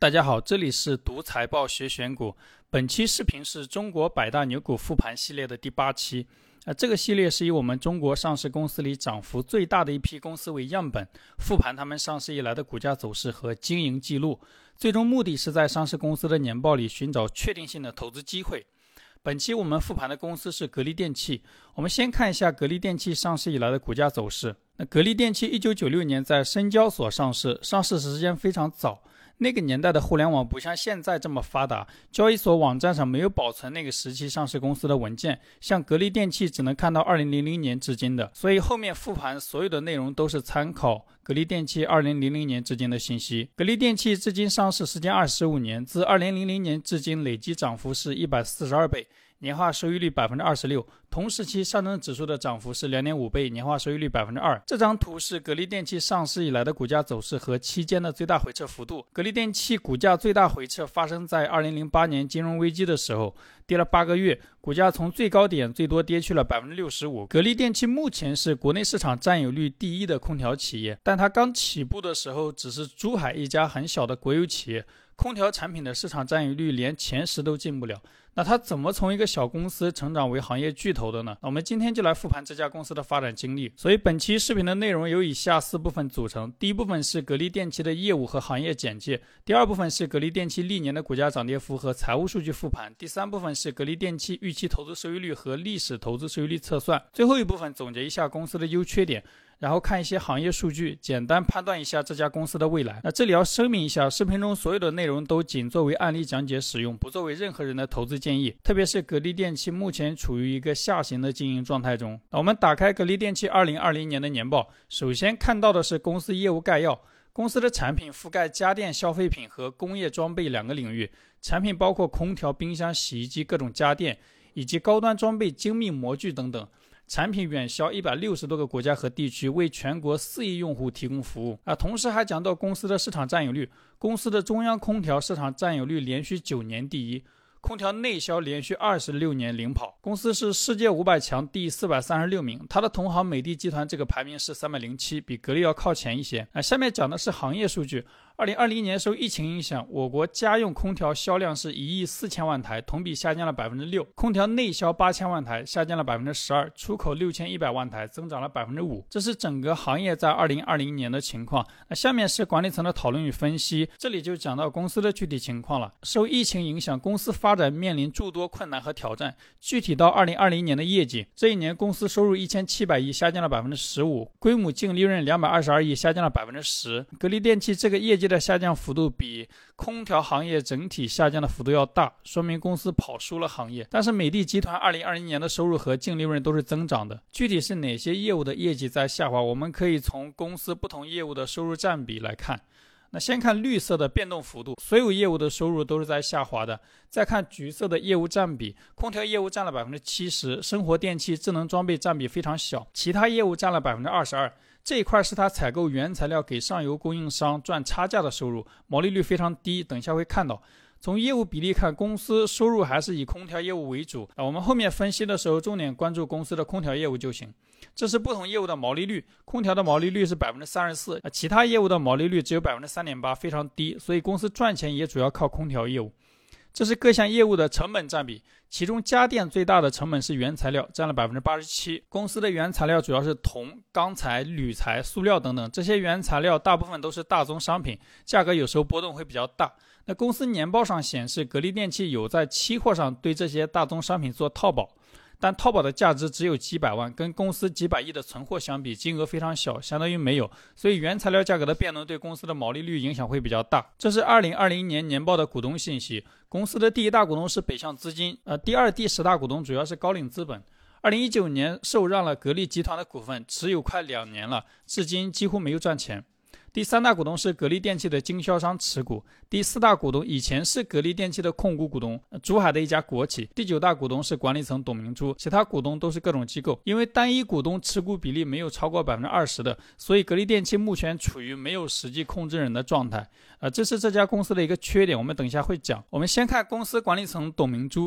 大家好，这里是读财报学选股。本期视频是中国百大牛股复盘系列的第8期。这个系列是以我们中国上市公司里涨幅最大的一批公司为样本，复盘他们上市以来的股价走势和经营记录，最终目的是在上市公司的年报里寻找确定性的投资机会。本期我们复盘的公司是格力电器。我们先看一下格力电器上市以来的股价走势。格力电器1996年在深交所上市，上市时间非常早。那个年代的互联网不像现在这么发达，交易所网站上没有保存那个时期上市公司的文件，像格力电器只能看到2000年至今的，所以后面复盘所有的内容都是参考格力电器2000年至今的信息。格力电器至今上市时间25年，自2000年至今累计涨幅是142倍，年化收益率 26%， 同时期上证指数的涨幅是 2.5 倍，年化收益率 2%。 这张图是格力电器上市以来的股价走势和期间的最大回撤幅度。格力电器股价最大回撤发生在2008年金融危机的时候，跌了8个月，股价从最高点最多跌去了 65%。 格力电器目前是国内市场占有率第一的空调企业，但它刚起步的时候只是珠海一家很小的国有企业，空调产品的市场占有率连前10都进不了。那它怎么从一个小公司成长为行业巨头的呢？我们今天就来复盘这家公司的发展经历。所以本期视频的内容由以下4部分组成。第一部分是格力电器的业务和行业简介，第二部分是格力电器历年的股价涨跌幅和财务数据复盘，第三部分是格力电器预期投资收益率和历史投资收益率测算，最后一部分总结一下公司的优缺点，然后看一些行业数据，简单判断一下这家公司的未来。那这里要声明一下，视频中所有的内容都仅作为案例讲解使用，不作为任何人的投资建议。特别是格力电器目前处于一个下行的经营状态中。我们打开格力电器2020年的年报，首先看到的是公司业务概要。公司的产品覆盖家电消费品和工业装备2个领域，产品包括空调、冰箱、洗衣机、各种家电，以及高端装备、精密模具等等。产品远销160多个国家和地区，为全国4亿用户提供服务。同时还讲到公司的市场占有率，公司的中央空调市场占有率连续9年第一，空调内销连续26年领跑，公司是世界500强第436名，它的同行美的集团这个排名是307，比格力要靠前一些。下面讲的是行业数据。2020年受疫情影响，我国家用空调销量是1亿4千万台，同比下降了 6%， 空调内销8千万台，下降了 12%， 出口6100万台，增长了 5%。 这是整个行业在2020年的情况。下面是管理层的讨论与分析，这里就讲到公司的具体情况了。受疫情影响，公司发展面临诸多困难和挑战。具体到2020年的业绩，这一年公司收入1700亿，下降了 15%， 归母净利润222亿，下降了 10%。 格力电器这个业绩的下降幅度比空调行业整体下降的幅度要大，说明公司跑输了行业。但是美的集团2020年的收入和净利润都是增长的。具体是哪些业务的业绩在下滑，我们可以从公司不同业务的收入占比来看。那先看绿色的变动幅度，所有业务的收入都是在下滑的。再看橘色的业务占比，空调业务占了 70%， 生活电器、智能装备占比非常小，其他业务占了 22%。这一块是他采购原材料给上游供应商赚差价的收入，毛利率非常低，等一下会看到。从业务比例看，公司收入还是以空调业务为主。我们后面分析的时候重点关注公司的空调业务就行。这是不同业务的毛利率，空调的毛利率是 34%， 其他业务的毛利率只有 3.8%， 非常低，所以公司赚钱也主要靠空调业务。这是各项业务的成本占比，其中家电最大的成本是原材料，占了 87%。 公司的原材料主要是铜、钢材、铝材、塑料等等，这些原材料大部分都是大宗商品，价格有时候波动会比较大。那公司年报上显示，格力电器有在期货上对这些大宗商品做套保，但套保的价值只有几百万，跟公司几百亿的存货相比，金额非常小，相当于没有，所以原材料价格的变动对公司的毛利率影响会比较大。这是2020年年报的股东信息，公司的第一大股东是北向资金，第二、第10大股东主要是高瓴资本。2019年受让了格力集团的股份，持有快2年了，至今几乎没有赚钱。第3大股东是格力电器的经销商持股，第4大股东以前是格力电器的控股股东，珠海的一家国企，第9大股东是管理层董明珠，其他股东都是各种机构。因为单一股东持股比例没有超过 20% 的，所以格力电器目前处于没有实际控制人的状态。这是这家公司的一个缺点，我们等一下会讲。我们先看公司管理层董明珠，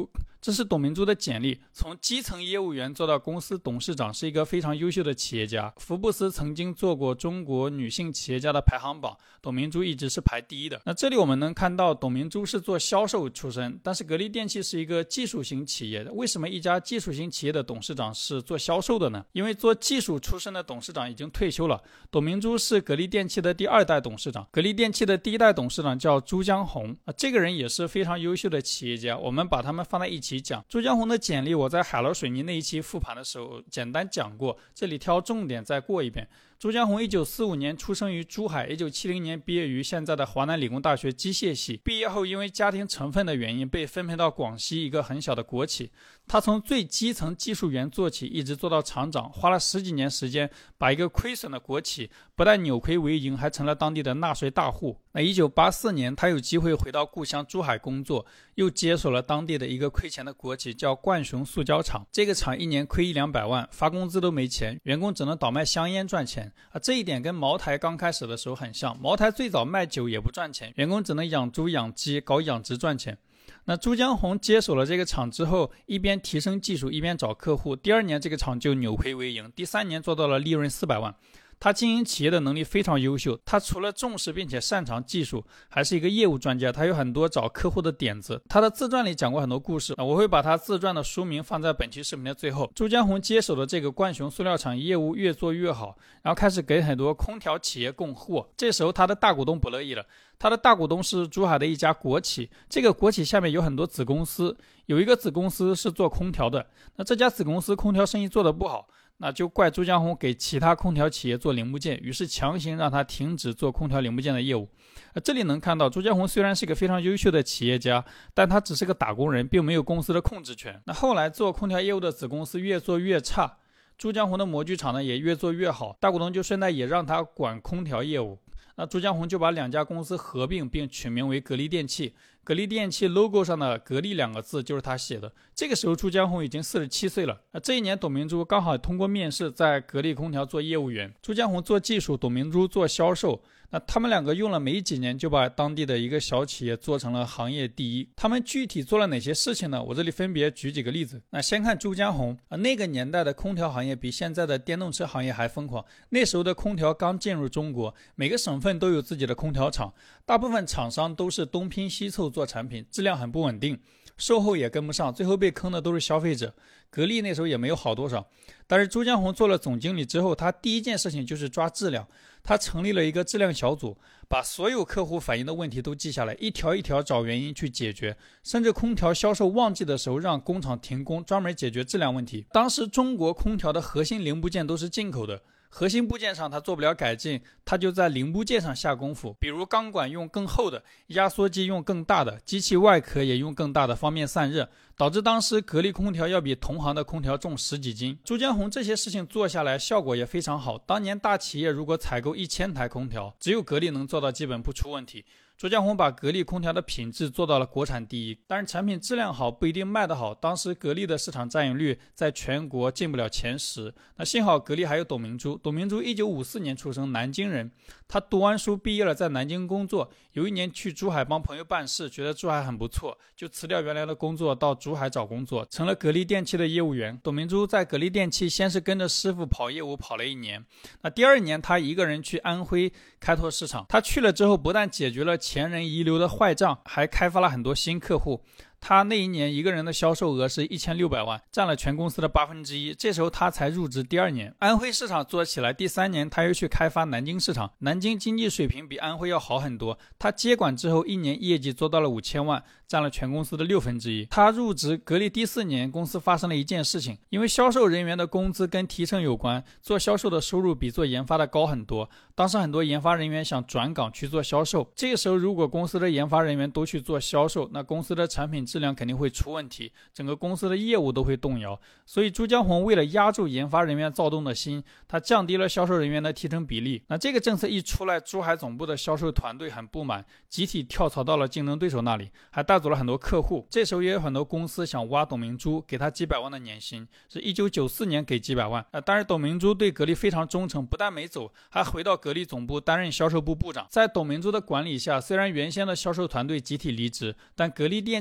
这是董明珠的简历，从基层业务员做到公司董事长，是一个非常优秀的企业家。福布斯曾经做过中国女性企业家的排行榜，董明珠一直是排第一的。那这里我们能看到，董明珠是做销售出身，但是格力电器是一个技术型企业，为什么一家技术型企业的董事长是做销售的呢？因为做技术出身的董事长已经退休了。董明珠是格力电器的第2代董事长，格力电器的第1代董事长叫朱江洪这个人也是非常优秀的企业家，我们把他们放在一起讲。朱江洪的简历我在海螺水泥那一期复盘的时候简单讲过，这里挑重点再过一遍。朱江洪1945年出生于珠海，1970年毕业于现在的华南理工大学机械系。毕业后因为家庭成分的原因被分配到广西一个很小的国企，他从最基层技术员做起，一直做到厂长，花了10几年时间，把一个亏损的国企不但扭亏为盈，还成了当地的纳税大户。那1984年他有机会回到故乡珠海工作，又接手了当地的一个亏钱的国企叫冠雄塑胶厂。这个厂一年亏100-200万，发工资都没钱，员工只能倒卖香烟赚钱这一点跟茅台刚开始的时候很像，茅台最早卖酒也不赚钱，员工只能养猪养鸡搞养殖赚钱。那朱江洪接手了这个厂之后，一边提升技术一边找客户，第2年这个厂就扭亏为盈，第3年做到了利润400万。他经营企业的能力非常优秀，他除了重视并且擅长技术，还是一个业务专家，他有很多找客户的点子。他的自传里讲过很多故事，我会把他自传的书名放在本期视频的最后。朱江洪接手的这个冠雄塑料厂业务越做越好，然后开始给很多空调企业供货。这时候他的大股东不乐意了，他的大股东是珠海的一家国企，这个国企下面有很多子公司，有一个子公司是做空调的，那这家子公司空调生意做得不好，那就怪朱江洪给其他空调企业做零部件，于是强行让他停止做空调零部件的业务。这里能看到朱江洪虽然是一个非常优秀的企业家，但他只是个打工人，并没有公司的控制权。那后来做空调业务的子公司越做越差，朱江洪的模具厂呢也越做越好，大股东就顺带也让他管空调业务。那朱江洪就把2家公司合并并取名为格力电器，格力电器 logo 上的格力2个字就是他写的。这个时候朱江洪已经47岁了。这一年董明珠刚好通过面试在格力空调做业务员，朱江洪做技术，董明珠做销售。那他们2个用了没几年就把当地的一个小企业做成了行业第一。他们具体做了哪些事情呢？我这里分别举几个例子。那先看朱江洪那个年代的空调行业比现在的电动车行业还疯狂。那时候的空调刚进入中国，每个省份都有自己的空调厂，大部分厂商都是东拼西凑做产品，质量很不稳定，售后也跟不上，最后被坑的都是消费者。格力那时候也没有好多少，但是朱江洪做了总经理之后，他第一件事情就是抓质量。他成立了一个质量小组，把所有客户反映的问题都记下来，一条一条找原因去解决，甚至空调销售旺季的时候让工厂停工，专门解决质量问题。当时中国空调的核心零部件都是进口的，核心部件上他做不了改进，他就在零部件上下功夫，比如钢管用更厚的，压缩机用更大的，机器外壳也用更大的，方便散热，导致当时格力空调要比同行的空调重10几斤。朱江洪这些事情做下来效果也非常好，当年大企业如果采购1000台空调，只有格力能做到基本不出问题。朱江洪把格力空调的品质做到了国产第一，但是产品质量好不一定卖得好，当时格力的市场占有率在全国进不了前10。那幸好格力还有董明珠1954年出生，南京人，他读完书毕业了，在南京工作，有一年去珠海帮朋友办事，觉得珠海很不错，就辞掉原来的工作到珠海找工作，成了格力电器的业务员。董明珠在格力电器先是跟着师傅跑业务，跑了1年，那第2年他一个人去安徽开拓市场。他去了之后不但解决了前人遗留的坏账，还开发了很多新客户。他那一年一个人的销售额是1600万，占了全公司的1/8。这时候他才入职第2年，安徽市场做起来，第3年他又去开发南京市场。南京经济水平比安徽要好很多，他接管之后1年业绩做到了5000万，占了全公司的1/6。他入职格力第4年，公司发生了一件事情，因为销售人员的工资跟提成有关，做销售的收入比做研发的高很多。当时很多研发人员想转岗去做销售，这个时候如果公司的研发人员都去做销售，那公司的产品质量肯定会出问题，整个公司的业务都会动摇。所以朱江洪为了压住研发人员躁动的心，他降低了销售人员的提成比例。那这个政策一出来，珠海总部的销售团队很不满，集体跳槽到了竞争对手那里，还带走了很多客户。这时候也有很多公司想挖董明珠，给他几百万的年薪，是1994年给几百万。但是董明珠对格力非常忠诚，不但没走，还回到格力总部担任销售部部长。在董明珠的管理下，虽然原先的销售团队集体离职，但格力电器这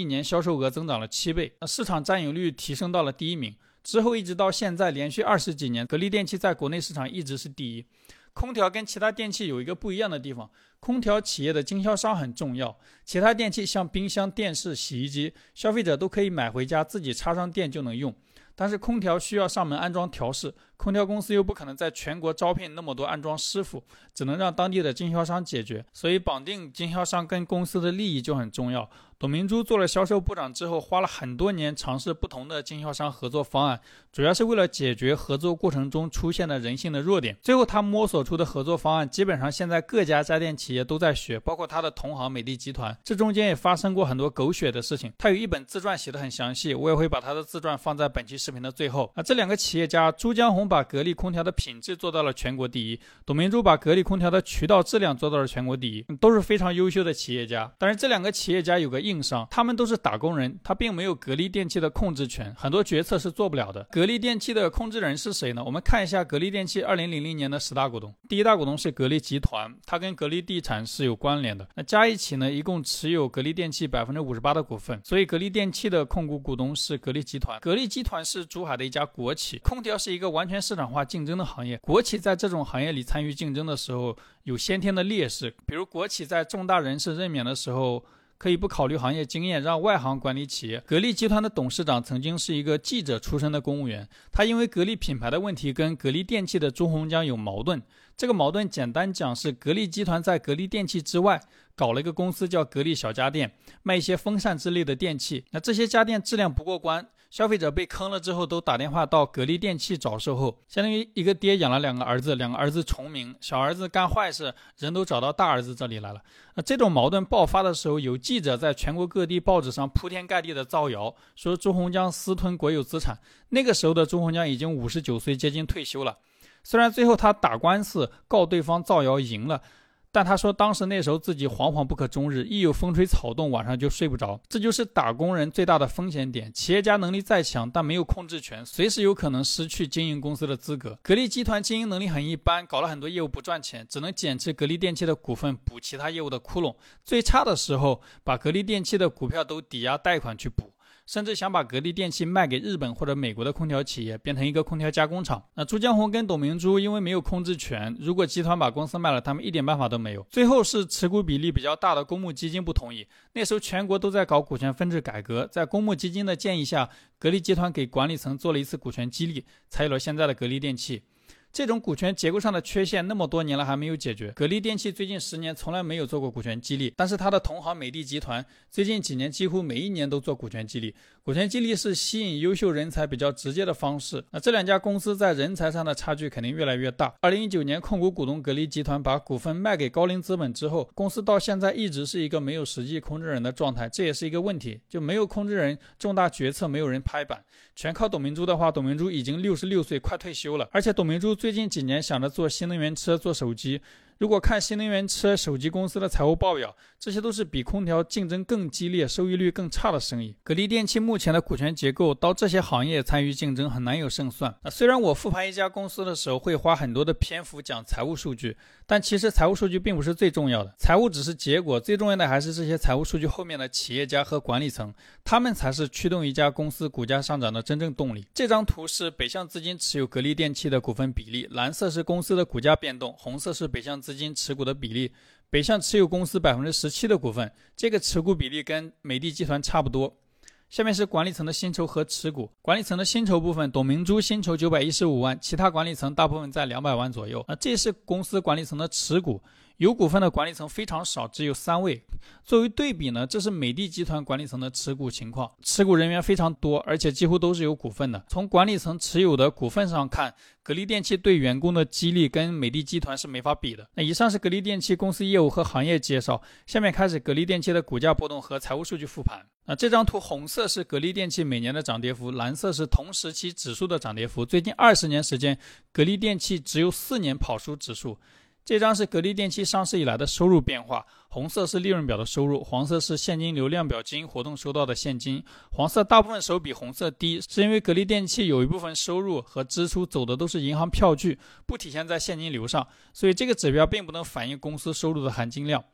一年销售额增长了7倍，市场占有率提升到了第1名。之后一直到现在连续20几年，格力电器在国内市场一直是第一。空调跟其他电器有一个不一样的地方，空调企业的经销商很重要，其他电器像冰箱、电视、洗衣机，消费者都可以买回家自己插上电就能用。但是空调需要上门安装调试，空调公司又不可能在全国招聘那么多安装师傅，只能让当地的经销商解决，所以绑定经销商跟公司的利益就很重要。董明珠做了销售部长之后，花了很多年尝试不同的经销商合作方案，主要是为了解决合作过程中出现的人性的弱点。最后他摸索出的合作方案，基本上现在各家家电企业都在学，包括他的同行美的集团。这中间也发生过很多狗血的事情，他有一本自传写得很详细，我也会把他的自传放在本期视频的最后。这两个企业家，朱江红把格力空调的品质做到了全国第一，董明珠把格力空调的渠道质量做到了全国第一，都是非常优秀的企业家。但是这两个企业家有个硬伤，他们都是打工人，他并没有格力电器的控制权，很多决策是做不了的。格力电器的控制人是谁呢？我们看一下格力电器2000年的10大股东。第一大股东是格力集团，它跟格力地产是有关联的，那加一起呢，一共持有格力电器58%的股份，所以格力电器的控股股东是格力集团。格力集团是珠海的一家国企，空调是一个完全市场化竞争的行业，国企在这种行业里参与竞争的时候有先天的劣势，比如国企在重大人事任免的时候可以不考虑行业经验，让外行管理企业。格力集团的董事长曾经是一个记者出身的公务员，他因为格力品牌的问题跟格力电器的朱洪江有矛盾。这个矛盾简单讲是格力集团在格力电器之外搞了一个公司叫格力小家电，卖一些风扇之类的电器。那这些家电质量不过关，消费者被坑了之后都打电话到格力电器找售后，相当于一个爹养了2个儿子，2个儿子重名，小儿子干坏事，人都找到大儿子这里来了。这种矛盾爆发的时候，有记者在全国各地报纸上铺天盖地的造谣，说朱洪江私吞国有资产。那个时候的朱洪江已经59岁，接近退休了。虽然最后他打官司告对方造谣赢了，但他说当时那时候自己惶惶不可终日，一有风吹草动晚上就睡不着。这就是打工人最大的风险点，企业家能力再强，但没有控制权，随时有可能失去经营公司的资格。格力集团经营能力很一般，搞了很多业务不赚钱，只能减持格力电器的股份补其他业务的窟窿，最差的时候把格力电器的股票都抵押贷款去补，甚至想把格力电器卖给日本或者美国的空调企业，变成一个空调加工厂。那朱江红跟董明珠因为没有控制权，如果集团把公司卖了，他们一点办法都没有。最后是持股比例比较大的公募基金不同意，那时候全国都在搞股权分置改革，在公募基金的建议下，格力集团给管理层做了一次股权激励，才有了现在的格力电器。这种股权结构上的缺陷那么多年了还没有解决，格力电器最近10年从来没有做过股权激励，但是它的同行美的集团最近几年几乎每一年都做股权激励。股权激励是吸引优秀人才比较直接的方式，这两家公司在人才上的差距肯定越来越大。2019年控股股东格力集团把股份卖给高瓴资本之后，公司到现在一直是一个没有实际控制人的状态，这也是一个问题，就没有控制人，重大决策没有人拍板。全靠董明珠的话，董明珠已经66岁，快退休了，而且董明珠最近几年想着做新能源车，做手机。如果看新能源车手机公司的财务报表，这些都是比空调竞争更激烈、收益率更差的生意。格力电器目前的股权结构，到这些行业参与竞争很难有胜算。虽然我复盘一家公司的时候会花很多的篇幅讲财务数据，但其实财务数据并不是最重要的，财务只是结果，最重要的还是这些财务数据后面的企业家和管理层，他们才是驱动一家公司股价上涨的真正动力。这张图是北向资金持有格力电器的股份比例，蓝色是公司的股价变动，红色是北向资金持股的比例。北向持有公司17%的股份，这个持股比例跟美的集团差不多。下面是管理层的薪酬和持股。管理层的薪酬部分，董明珠薪酬915万，其他管理层大部分在200万左右。这是公司管理层的持股，有股份的管理层非常少，只有3位。作为对比呢，这是美的集团管理层的持股情况，持股人员非常多，而且几乎都是有股份的。从管理层持有的股份上看，格力电器对员工的激励跟美的集团是没法比的。以上是格力电器公司业务和行业介绍，下面开始格力电器的股价波动和财务数据复盘。这张图红色是格力电器每年的涨跌幅，蓝色是同时期指数的涨跌幅。最近20年时间，格力电器只有4年跑输指数。这张是格力电器上市以来的收入变化，红色是利润表的收入，黄色是现金流量表经营活动收到的现金。黄色大部分时候比红色低，是因为格力电器有一部分收入和支出走的都是银行票据，不体现在现金流上，所以这个指标并不能反映公司收入的含金量。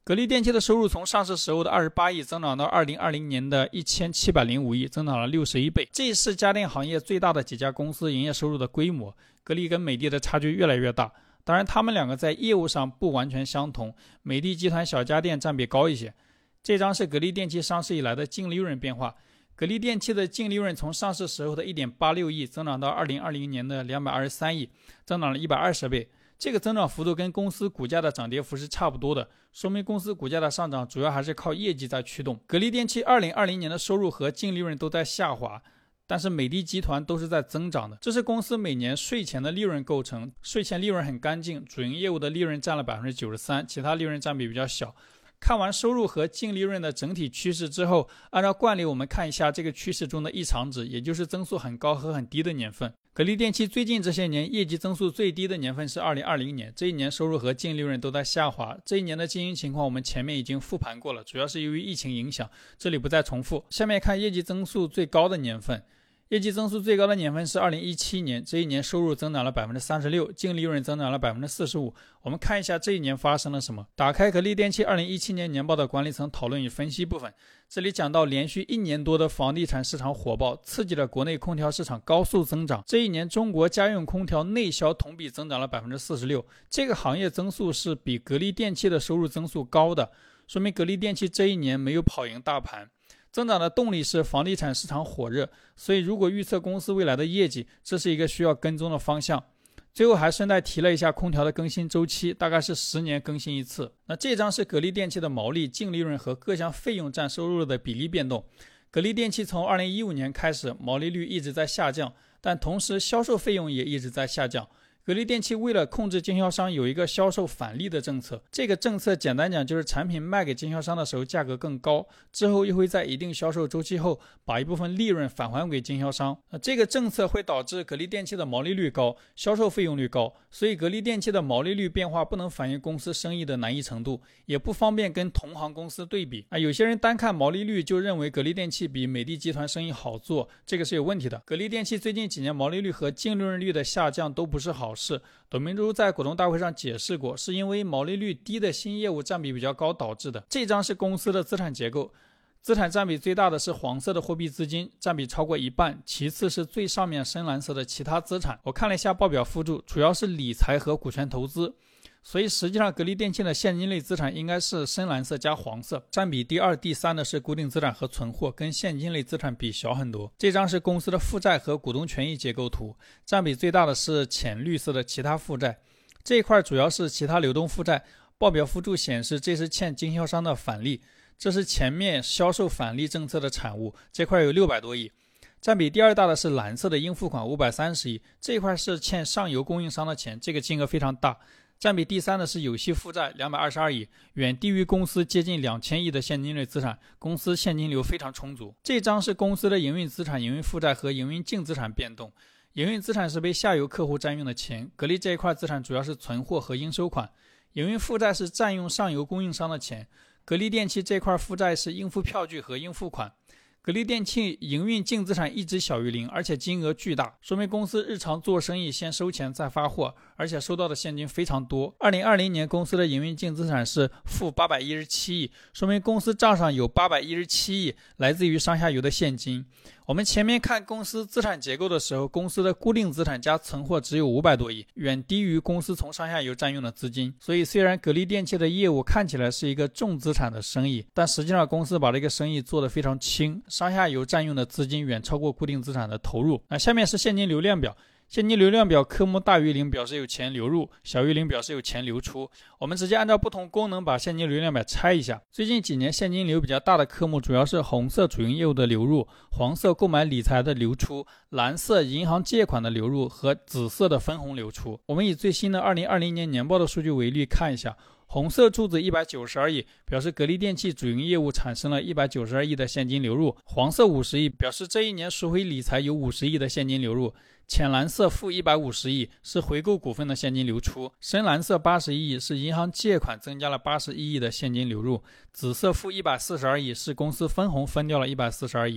格力电器的收入从上市时候的28亿增长到2020年的1705亿，增长了61倍。这是家电行业最大的几家公司营业收入的规模，格力跟美的的差距越来越大。当然他们两个在业务上不完全相同，美的集团小家电占比高一些。这张是格力电器上市以来的净利润变化。格力电器的净利润从上市时候的 1.86 亿增长到2020年的223亿，增长了120倍。这个增长幅度跟公司股价的涨跌幅是差不多的，说明公司股价的上涨主要还是靠业绩在驱动。格力电器2020年的收入和净利润都在下滑，但是美的集团都是在增长的。这是公司每年税前的利润构成，税前利润很干净，主营业务的利润占了 93%， 其他利润占比比较小。看完收入和净利润的整体趋势之后，按照惯例我们看一下这个趋势中的异常值，也就是增速很高和很低的年份。格力电器最近这些年业绩增速最低的年份是2020年，这一年收入和净利润都在下滑。这一年的经营情况我们前面已经复盘过了，主要是由于疫情影响，这里不再重复。下面看业绩增速最高的年份。业绩增速最高的年份是2017年，这一年收入增长了 36%， 净利润增长了 45%。 我们看一下这一年发生了什么。打开格力电器2017年年报的管理层讨论与分析部分，这里讲到连续1年多的房地产市场火爆，刺激了国内空调市场高速增长。这一年中国家用空调内销同比增长了 46%， 这个行业增速是比格力电器的收入增速高的，说明格力电器这一年没有跑赢大盘。增长的动力是房地产市场火热，所以如果预测公司未来的业绩，这是一个需要跟踪的方向。最后还顺带提了一下空调的更新周期，大概是10年更新一次。那这张是格力电器的毛利、净利润和各项费用占收入的比例变动。格力电器从2015年开始，毛利率一直在下降，但同时销售费用也一直在下降。格力电器为了控制经销商有一个销售返利的政策，这个政策简单讲就是产品卖给经销商的时候价格更高，之后又会在一定销售周期后把一部分利润返还给经销商。这个政策会导致格力电器的毛利率高，销售费用率高，所以格力电器的毛利率变化不能反映公司生意的难易程度，也不方便跟同行公司对比。有些人单看毛利率就认为格力电器比美的集团生意好做，这个是有问题的。格力电器最近几年毛利率和净利润率的下降都不是好事。董明珠在股东大会上解释过，是因为毛利率低的新业务占比比较高导致的。这张是公司的资产结构，资产占比最大的是黄色的货币资金，占比超过一半，其次是最上面深蓝色的其他资产。我看了一下报表附注，主要是理财和股权投资，所以实际上格力电器的现金类资产应该是深蓝色加黄色，占比第2、第3的是固定资产和存货，跟现金类资产比小很多。这张是公司的负债和股东权益结构图，占比最大的是浅绿色的其他负债，这一块主要是其他流动负债。报表附注显示这是欠经销商的返利，这是前面销售返利政策的产物，这块有600多亿。占比第2大的是蓝色的应付款530亿，这一块是欠上游供应商的钱，这个金额非常大。占比第3的是有息负债222亿，远低于公司接近2000亿的现金类资产，公司现金流非常充足。这张是公司的营运资产、营运负债和营运净资产变动。营运资产是被下游客户占用的钱，格力这一块资产主要是存货和应收款。营运负债是占用上游供应商的钱，格力电器这块负债是应付票据和应付款。格力电器营运净资产一直小于0，而且金额巨大，说明公司日常做生意先收钱再发货，而且收到的现金非常多。2020年公司的营运净资产是负817亿，说明公司账上有817亿来自于上下游的现金。我们前面看公司资产结构的时候，公司的固定资产加存货只有500多亿，远低于公司从上下游占用的资金。所以虽然格力电器的业务看起来是一个重资产的生意，但实际上公司把这个生意做得非常轻，上下游占用的资金远超过固定资产的投入。下面是现金流量表。现金流量表科目大于0表示有钱流入，小于0表示有钱流出。我们直接按照不同功能把现金流量表拆一下。最近几年现金流比较大的科目主要是红色主营业务的流入，黄色购买理财的流出，蓝色银行借款的流入和紫色的分红流出。我们以最新的2020年年报的数据为例看一下。红色柱子192亿，表示格力电器主营业务产生了192亿的现金流入。黄色50亿，表示这一年赎回理财有50亿的现金流入。浅蓝色负150亿，是回购股份的现金流出。深蓝色81亿，是银行借款增加了81亿的现金流入。紫色负142亿，是公司分红分掉了142亿。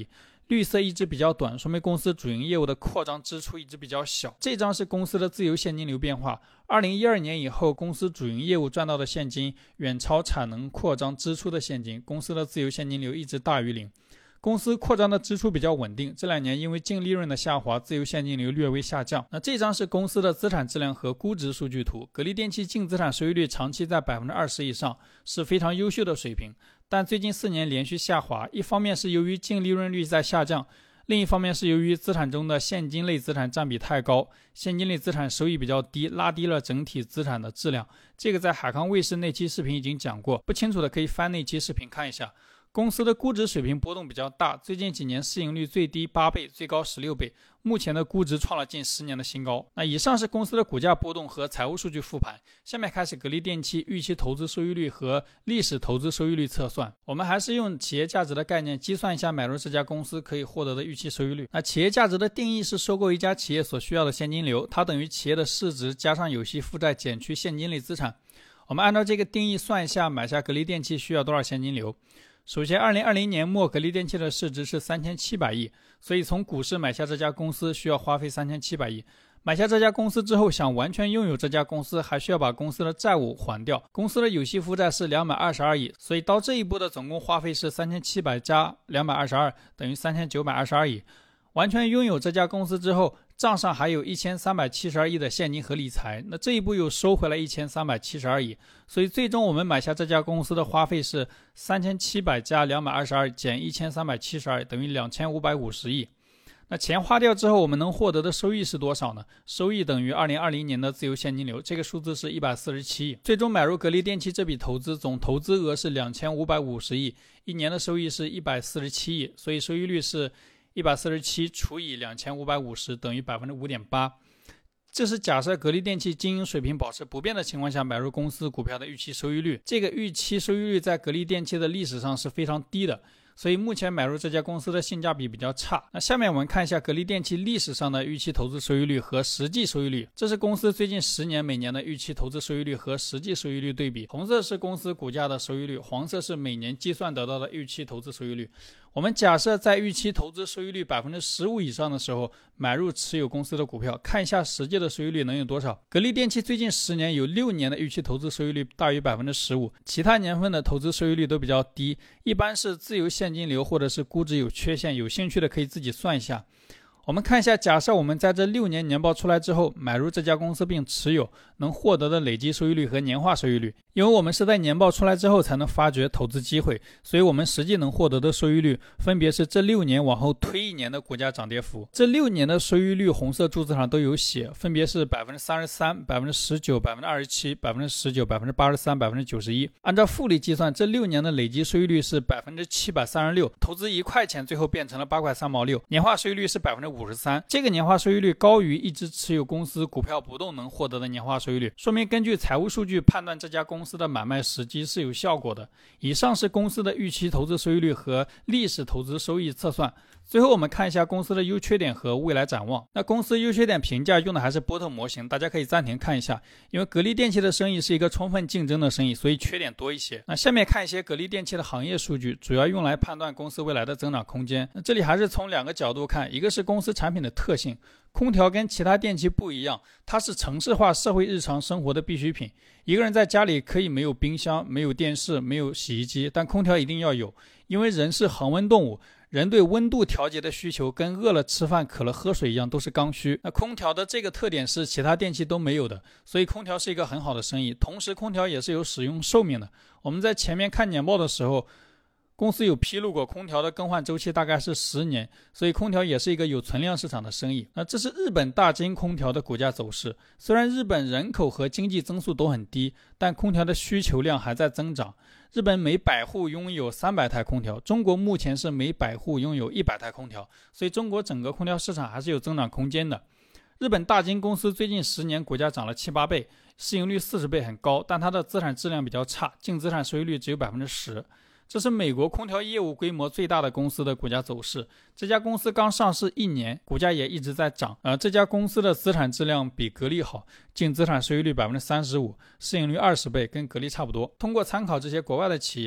绿色一直比较短，说明公司主营业务的扩张支出一直比较小。这张是公司的自由现金流变化，2012年以后，公司主营业务赚到的现金远超产能扩张支出的现金，公司的自由现金流一直大于0。公司扩张的支出比较稳定，这2年因为净利润的下滑，自由现金流略微下降。那这张是公司的资产质量和估值数据图，格力电器净资产收益率长期在 20% 以上，是非常优秀的水平，但最近4年连续下滑，一方面是由于净利润率在下降，另一方面是由于资产中的现金类资产占比太高，现金类资产收益比较低，拉低了整体资产的质量。这个在海康卫视那期视频已经讲过，不清楚的可以翻那期视频看一下。公司的估值水平波动比较大，最近几年市盈率最低8倍，最高16倍，目前的估值创了近10年的新高。那以上是公司的股价波动和财务数据复盘，下面开始格力电器预期投资收益率和历史投资收益率测算。我们还是用企业价值的概念计算一下买入这家公司可以获得的预期收益率。那企业价值的定义是收购一家企业所需要的现金流，它等于企业的市值加上有息负债减去现金类资产。我们按照这个定义算一下买下格力电器需要多少现金流。首先2020年末格力电器的市值是3700亿，所以从股市买下这家公司需要花费3700亿。买下这家公司之后，想完全拥有这家公司，还需要把公司的债务还掉。公司的有息负债是222亿，所以到这一步的总共花费是3700加222，等于3922亿。完全拥有这家公司之后，账上还有1372亿的现金和理财，那这一步又收回来1372亿，所以最终我们买下这家公司的花费是3700加222减1372，等于2550亿。那钱花掉之后，我们能获得的收益是多少呢？收益等于2020年的自由现金流，这个数字是147亿。最终买入格力电器这笔投资，总投资额是2550亿，一年的收益是147亿，所以收益率是147除以2550等于 5.8%。 这是假设格力电器经营水平保持不变的情况下买入公司股票的预期收益率。这个预期收益率在格力电器的历史上是非常低的，所以目前买入这家公司的性价比比较差。那下面我们看一下格力电器历史上的预期投资收益率和实际收益率，这是公司最近10年每年的预期投资收益率和实际收益率对比。红色是公司股价的收益率，黄色是每年计算得到的预期投资收益率。我们假设在预期投资收益率 15% 以上的时候买入持有公司的股票，看一下实际的收益率能有多少。格力电器最近10年有6年的预期投资收益率大于 15%， 其他年份的投资收益率都比较低，一般是自由现金流或者是估值有缺陷，有兴趣的可以自己算一下。我们看一下，假设我们在这6年年报出来之后买入这家公司并持有，能获得的累计收益率和年化收益率。因为我们是在年报出来之后才能发掘投资机会，所以我们实际能获得的收益率分别是这6年往后推1年的股价涨跌幅。这6年的收益率红色柱子上都有写，分别是 33%、19%、27%、19%、83%、91%。按照复利计算，这6年的累计收益率是 736%， 投资1块钱最后变成了8块3毛6，年化收益率是 53%。 这个年化收益率高于一直持有公司股票不动能获得的年化收益率，说明根据财务数据判断这家公司的买卖时机是有效果的。以上是公司的预期投资收益率和历史投资收益测算。最后我们看一下公司的优缺点和未来展望。那公司优缺点评价用的还是波特模型，大家可以暂停看一下。因为格力电器的生意是一个充分竞争的生意，所以缺点多一些。那下面看一些格力电器的行业数据，主要用来判断公司未来的增长空间。那这里还是从2个角度看，一个是公司产品的特性，空调跟其他电器不一样，它是城市化社会日常生活的必需品。一个人在家里可以没有冰箱、没有电视、没有洗衣机，但空调一定要有，因为人是恒温动物，人对温度调节的需求跟饿了吃饭渴了喝水一样，都是刚需。那空调的这个特点是其他电器都没有的，所以空调是一个很好的生意。同时空调也是有使用寿命的，我们在前面看年报的时候公司有披露过空调的更换周期大概是10年，所以空调也是一个有存量市场的生意。那这是日本大金空调的股价走势，虽然日本人口和经济增速都很低，但空调的需求量还在增长。日本每100户拥有300台空调，中国目前是每100户拥有100台空调，所以中国整个空调市场还是有增长空间的。日本大金公司最近10年股价涨了7-8倍，市盈率40倍很高，但它的资产质量比较差，净资产收益率只有 10%。这是美国空调业务规模最大的公司的股价走势。这家公司刚上市1年，股价也一直在涨。这家公司的资产质量比格力好，净资产收益率 35%， 市盈率20倍，跟格力差不多。通过参考这些国外的企业，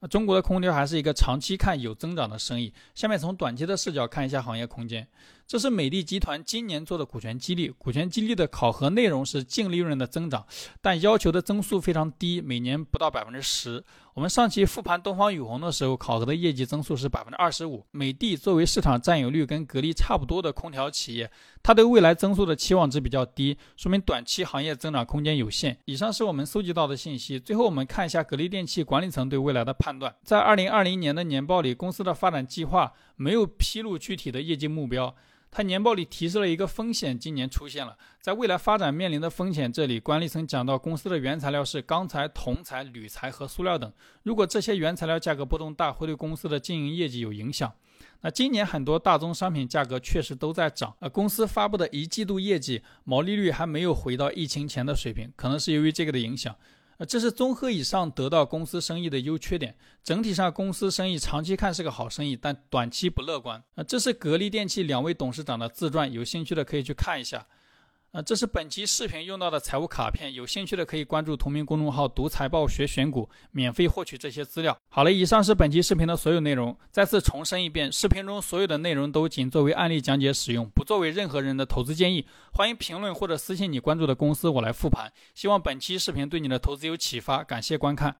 中国的空调还是一个长期看有增长的生意。下面从短期的视角看一下行业空间。这是美的集团今年做的股权激励，股权激励的考核内容是净利润的增长，但要求的增速非常低，每年不到 10%。我们上期复盘东方雨虹的时候，考核的业绩增速是 25%。美的作为市场占有率跟格力差不多的空调企业，它对未来增速的期望值比较低，说明短期行业增长空间有限。以上是我们搜集到的信息。最后我们看一下格力电器管理层对未来的判断。在2020年的年报里，公司的发展计划没有披露具体的业绩目标。它年报里提示了一个风险，今年出现了，在未来发展面临的风险，这里管理层讲到公司的原材料是钢材、铜材、铝材和塑料等，如果这些原材料价格波动大，会对公司的经营业绩有影响。那今年很多大宗商品价格确实都在涨，公司发布的一季度业绩毛利率还没有回到疫情前的水平，可能是由于这个的影响。这是综合以上得到公司生意的优缺点。整体上公司生意长期看是个好生意，但短期不乐观。这是格力电器2位董事长的自传，有兴趣的可以去看一下。这是本期视频用到的财务卡片，有兴趣的可以关注同名公众号读财报学选股，免费获取这些资料。好了，以上是本期视频的所有内容。再次重申一遍，视频中所有的内容都仅作为案例讲解使用，不作为任何人的投资建议。欢迎评论或者私信你关注的公司，我来复盘。希望本期视频对你的投资有启发，感谢观看。